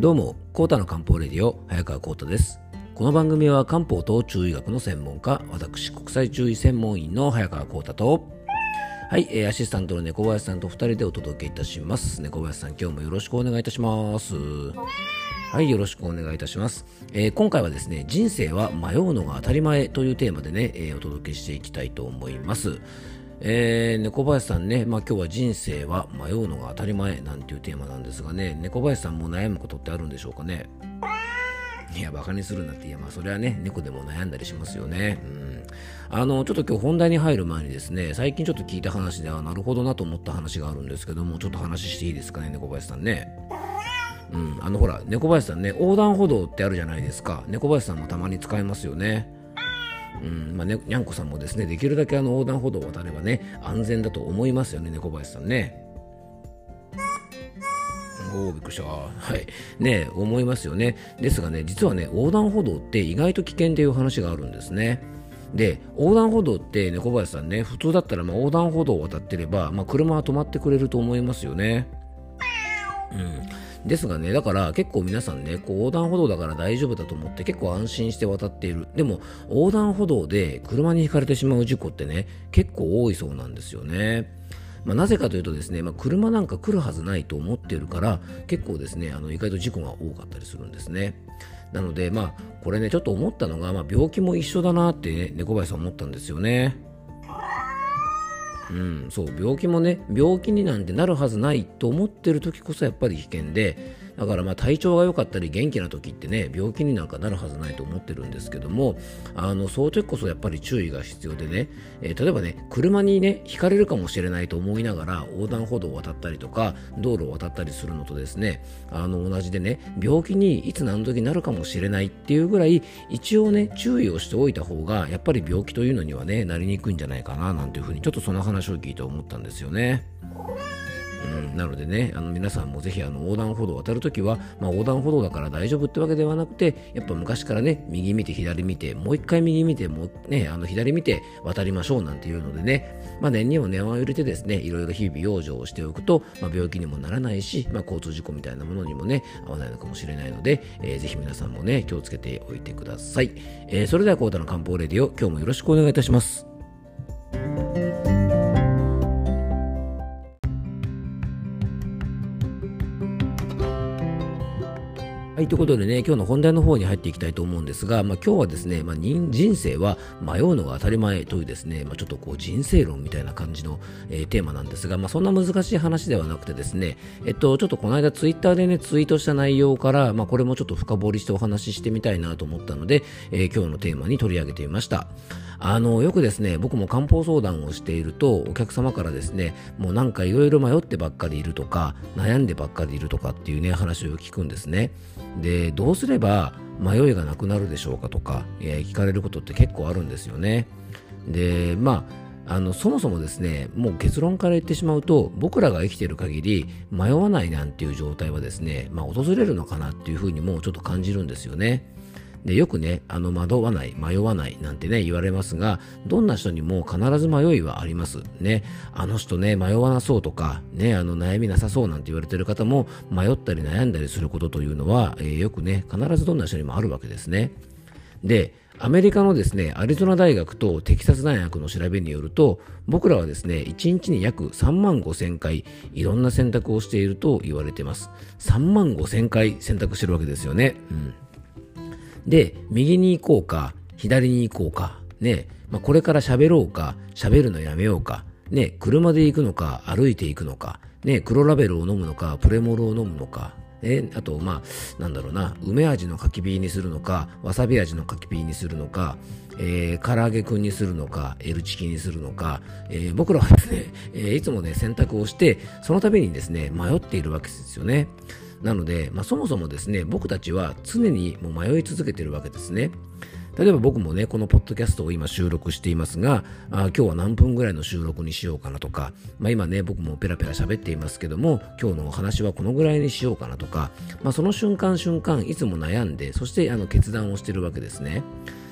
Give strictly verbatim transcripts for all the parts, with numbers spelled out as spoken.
どうも、コータの漢方レディオ、早川コータです。この番組は漢方と中医学の専門家、私、国際中医専門医の早川コータと、はい、えー、アシスタントの猫林さんとふたりでお届けいたします。猫林さん、今日もよろしくお願いいたします。はい、よろしくお願いいたします。えー、今回はですね、人生は迷うのが当たり前というテーマでね、えー、お届けしていきたいと思います。えー、猫林さんね、まあ、今日は人生は迷うのが当たり前なんていうテーマなんですがね、猫林さんも悩むことってあるんでしょうかね。いや、バカにするなって、いや、まあそれはね、猫でも悩んだりしますよね。うん、あのちょっと今日本題に入る前にですね、最近ちょっと聞いた話ではなるほどなと思った話があるんですけども、ちょっと話していいですかね、猫林さんね。うん、あのほら、猫林さんね、横断歩道ってあるじゃないですか。猫林さんもたまに使いますよね。うんまあね、にゃんこさんもですね、できるだけあの横断歩道を渡ればね、安全だと思いますよね、猫林さんね。おー、びっくりした。はい。ね、思いますよね。ですがね、実はね、横断歩道って意外と危険っていう話があるんですね。で、横断歩道って猫林さんね、普通だったらまあ横断歩道を渡ってれば、まあ、車は止まってくれると思いますよね。うんですがね、だから結構皆さんね、こう横断歩道だから大丈夫だと思って結構安心して渡っている。でも横断歩道で車にひかれてしまう事故ってね、結構多いそうなんですよね。まあ、なぜかというとですね、まあ、車なんか来るはずないと思っているから結構ですね、あの意外と事故が多かったりするんですね。なのでまあこれね、ちょっと思ったのが、まあ、病気も一緒だなって、ね、猫林さん思ったんですよね。うん、そう病気もね、病気になんてなるはずないと思ってる時こそやっぱり危険で、だからまあ体調が良かったり元気な時ってね、病気になんかなるはずないと思ってるんですけども、あのそういう時こそやっぱり注意が必要でね、えー、例えばね、車にねひかれるかもしれないと思いながら横断歩道を渡ったりとか道路を渡ったりするのとですね、あの同じでね、病気にいつ何時になるかもしれないっていうぐらい一応ね注意をしておいた方がやっぱり病気というのにはねなりにくいんじゃないかななんていうふうにちょっとその話を聞いて思ったんですよね。うん、なのでね、あの皆さんもぜひあの横断歩道を渡るときは、まあ、横断歩道だから大丈夫ってわけではなくて、やっぱ昔からね、右見て左見てもう一回右見てもう、ね、あの左見て渡りましょうなんていうのでね、まあ、念にも念を入れてですね、いろいろ日々養生をしておくと、まあ、病気にもならないし、まあ、交通事故みたいなものにもね合わないのかもしれないので、えー、ぜひ皆さんもね気をつけておいてください。えー、それではコータの漢方レディオ、今日もよろしくお願いいたします。はい、ということでね、今日の本題の方に入っていきたいと思うんですが、まあ、今日はですね、まあ、人生は迷うのが当たり前というですね、まあ、ちょっとこう人生論みたいな感じの、えー、テーマなんですが、まあ、そんな難しい話ではなくてですね、えっと、ちょっとこの間ツイッターでね、ツイートした内容から、まあ、これもちょっと深掘りしてお話ししてみたいなと思ったので、えー、今日のテーマに取り上げてみました。あのよくですね、僕も漢方相談をしているとお客様からですね、もうなんかいろいろ迷ってばっかりいるとか悩んでばっかりいるとかっていうね話を聞くんですね。で、どうすれば迷いがなくなるでしょうかとか、えー、聞かれることって結構あるんですよね。で、まああのそもそもですね、もう結論から言ってしまうと、僕らが生きている限り迷わないなんていう状態はですね、まあ、訪れるのかなっていうふうにもちょっと感じるんですよね。で、よくね、あの惑わない迷わないなんてね言われますが、どんな人にも必ず迷いはありますね。あの人ね迷わなそうとかね、あの悩みなさそうなんて言われている方も迷ったり悩んだりすることというのは、えー、よくね必ずどんな人にもあるわけですね。で、アメリカのですねアリゾナ大学とテキサス大学の調べによると、僕らはですねいちにちに約さんまんごせんかいいろんな選択をしていると言われています。さんまんごせんかい選択してるわけですよね。うんで、右に行こうか左に行こうかね、まあ、これから喋ろうか喋るのやめようかね、車で行くのか歩いて行くのかね、黒ラベルを飲むのかプレモルを飲むのか、えあとまあなんだろうな、梅味の柿ピーにするのかわさび味の柿ピーにするのか、えー、唐揚げくんにするのか L チキにするのか、えー、僕らはですね、えー、いつもね選択をしてその度にですね迷っているわけですよね。なので、まあ、そもそもですね僕たちは常にもう迷い続けているわけですね。例えば僕もねこのポッドキャストを今収録していますが、あ今日は何分ぐらいの収録にしようかなとか、まあ、今ね僕もペラペラ喋っていますけども今日のお話はこのぐらいにしようかなとか、まあ、その瞬間瞬間いつも悩んで、そしてあの決断をしているわけですね。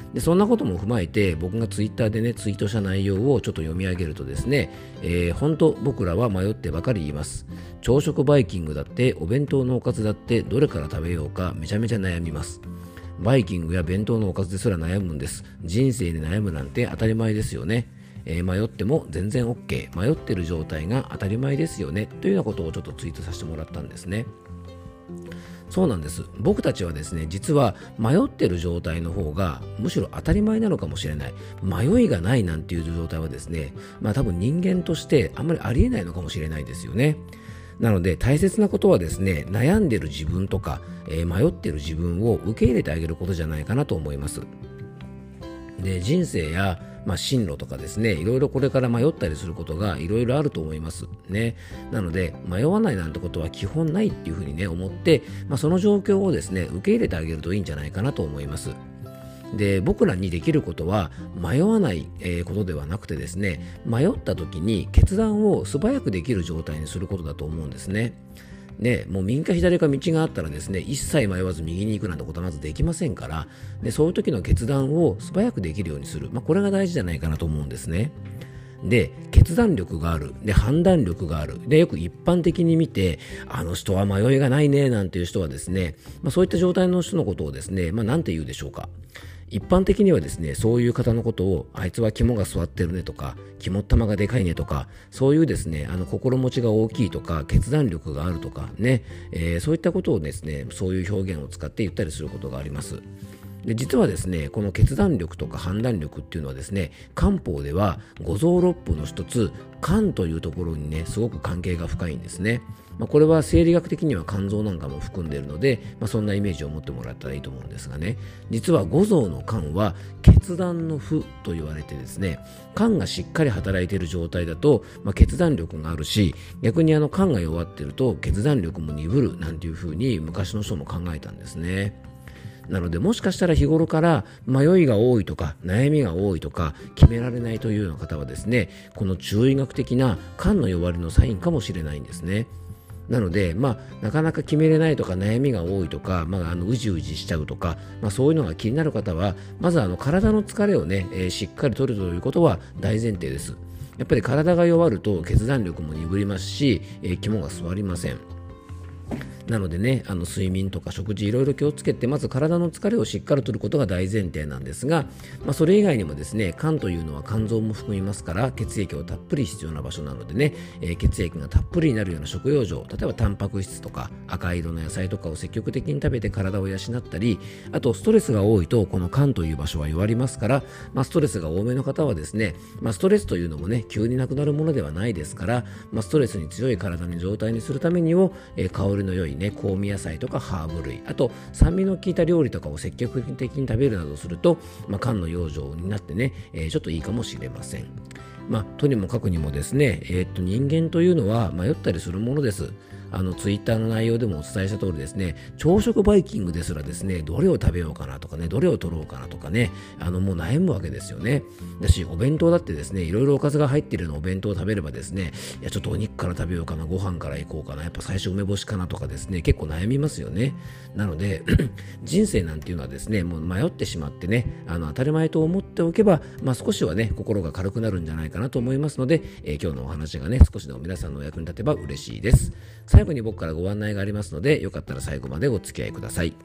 でそんなことも踏まえて僕がツイッターでねツイートした内容をちょっと読み上げるとですね、えー、本当僕らは迷ってばかり言います。朝食バイキングだってお弁当のおかずだってどれから食べようかめちゃめちゃ悩みます。バイキングや弁当のおかずですら悩むんです。人生で悩むなんて当たり前ですよね。えー、迷っても全然 OK、 迷ってる状態が当たり前ですよねというようなことをちょっとツイートさせてもらったんですね。そうなんです。僕たちはですね、実は迷ってる状態の方がむしろ当たり前なのかもしれない。迷いがないなんていう状態はですね、まあ多分人間としてあんまりありえないのかもしれないですよね。なので大切なことはですね、悩んでる自分とか、えー、迷ってる自分を受け入れてあげることじゃないかなと思います。で、人生やまあ、進路とかですね、いろいろこれから迷ったりすることがいろいろあると思いますね。なので迷わないなんてことは基本ないっていうふうにね思って、まあ、その状況をですね受け入れてあげるといいんじゃないかなと思います。で、僕らにできることは迷わない、えー、ことではなくてですね、迷った時に決断を素早くできる状態にすることだと思うんですね。ね、もう右か左か道があったらですね、一切迷わず右に行くなんてことはまずできませんから、でそういう時の決断を素早くできるようにする、まあ、これが大事じゃないかなと思うんですね。で、決断力がある、で判断力がある、でよく一般的に見て、あの人は迷いがないねなんていう人はですね、まあ、そういった状態の人のことをですね、まあ、なんて言うでしょうか。一般的にはですね、そういう方のことをあいつは肝が据わってるねとか、肝っ玉がでかいねとか、そういうですね、あの心持ちが大きいとか、決断力があるとかね、えー、そういったことをですね、そういう表現を使って言ったりすることがあります。で、実はですね、この決断力とか判断力っていうのはですね、漢方では五臓六腑の一つ、肝というところにね、すごく関係が深いんですね。まあ、これは生理学的には肝臓なんかも含んでいるので、まあ、そんなイメージを持ってもらったらいいと思うんですがね、実は五臓の肝は決断の腑と言われてですね、肝がしっかり働いている状態だと、まあ、決断力があるし、逆にあの肝が弱っていると決断力も鈍るなんていうふうに昔の人も考えたんですね。なので、もしかしたら日頃から迷いが多いとか悩みが多いとか決められないというような方はですね、この中医学的な肝の弱りのサインかもしれないんですね。なので、まあ、なかなか決めれないとか悩みが多いとか、まあ、あのうじうじしちゃうとか、まあ、そういうのが気になる方はまずあの体の疲れをね、えー、しっかり取るということは大前提です。やっぱり体が弱ると決断力も鈍りますし、えー、肝が据わりません。なのでね、あの睡眠とか食事いろいろ気をつけて、まず体の疲れをしっかりとることが大前提なんですが、まあ、それ以外にもですね、肝というのは肝臓も含みますから血液をたっぷり必要な場所なのでね、えー、血液がたっぷりになるような食用状、例えばタンパク質とか赤色の野菜とかを積極的に食べて体を養ったり、あとストレスが多いとこの肝という場所は弱りますから、まあ、ストレスが多めの方はですね、まあ、ストレスというのもね急になくなるものではないですから、まあ、ストレスに強い体の状態にするためにも、えー、香りの良いね香味野菜とかハーブ類、あと酸味の効いた料理とかを積極的に食べるなどすると、まあ、肝の養生になってね、えー、ちょっといいかもしれません。まあ、とにもかくにもですね、えー、っと人間というのは迷ったりするものです。あのツイッターの内容でもお伝えした通りですね、朝食バイキングですらですね、どれを食べようかなとかね、どれを取ろうかなとかね、あのもう悩むわけですよね。だし、お弁当だってですね、いろいろおかずが入っているのお弁当を食べればですね、いやちょっとお肉から食べようかな、ご飯から行こうかな、やっぱ最初梅干しかなとかですね、結構悩みますよね。なので人生なんていうのはですね、もう迷ってしまってね、あの当たり前と思っておけば、まあ、少しはね心が軽くなるんじゃないかなと思いますので、えー、今日のお話がね少しでも皆さんのお役に立てば嬉しいです。最後に僕からご案内がありますので、よかったら最後までお付き合いください。と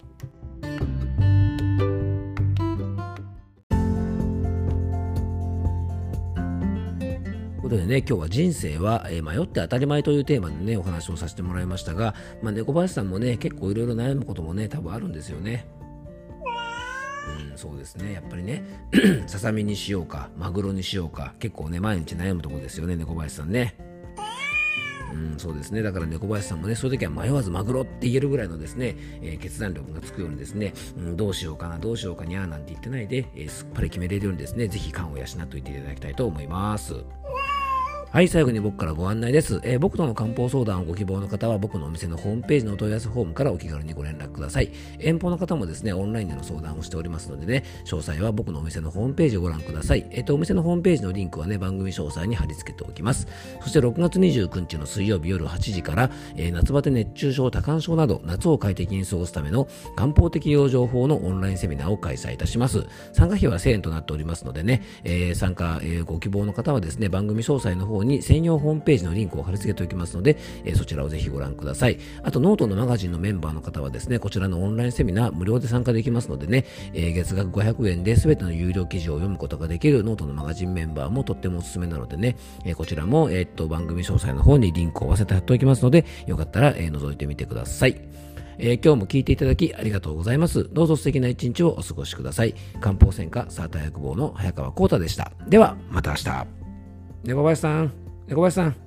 いうことでね、今日は人生は、えー、迷って当たり前というテーマでねお話をさせてもらいましたが、まあ、猫林さんもね結構いろいろ悩むこともね多分あるんですよね。うん、そうですね、やっぱりねささみにしようかマグロにしようか、結構ね毎日悩むところですよね、猫林さんね。うん、そうですね。だから猫林さんもね、そういう時は迷わずマグロって言えるぐらいのですね、えー、決断力がつくようにですね、うん、どうしようかな、どうしようかにゃーなんて言ってないで、えー、すっぱり決めれるようにですね、ぜひ肝を養っておいていただきたいと思います。 はい、最後に僕からご案内です。えー、僕との漢方相談をご希望の方は僕のお店のホームページのお問い合わせフォームからお気軽にご連絡ください。遠方の方もですね、オンラインでの相談をしておりますのでね、詳細は僕のお店のホームページをご覧ください。えっと、お店のホームページのリンクはね、番組詳細に貼り付けておきます。そしてろくがつにじゅうくにちの水曜日夜はちじから、えー、夏バテ熱中症、多汗症など夏を快適に過ごすための漢方的養生法のオンラインセミナーを開催いたします。参加費はせんえんとなっておりますのでね、えー、参加、えー、ご希望の方はですね、番組詳細の方に専用ホームページのリンクを貼り付けておきますので、えー、そちらをぜひご覧ください。あとノートのマガジンのメンバーの方はですね、こちらのオンラインセミナー無料で参加できますのでね、えー、月額ごひゃくえんで全ての有料記事を読むことができるノートのマガジンメンバーもとってもおすすめなのでね、えー、こちらも、えー、っと番組詳細の方にリンクを合わせて貼っておきますので、よかったら、えー、覗いてみてください。えー、今日も聞いていただきありがとうございます。どうぞ素敵な一日をお過ごしください。漢方専科サーター薬房の早川幸太でした。ではまた明日。猫林さん、猫林さん。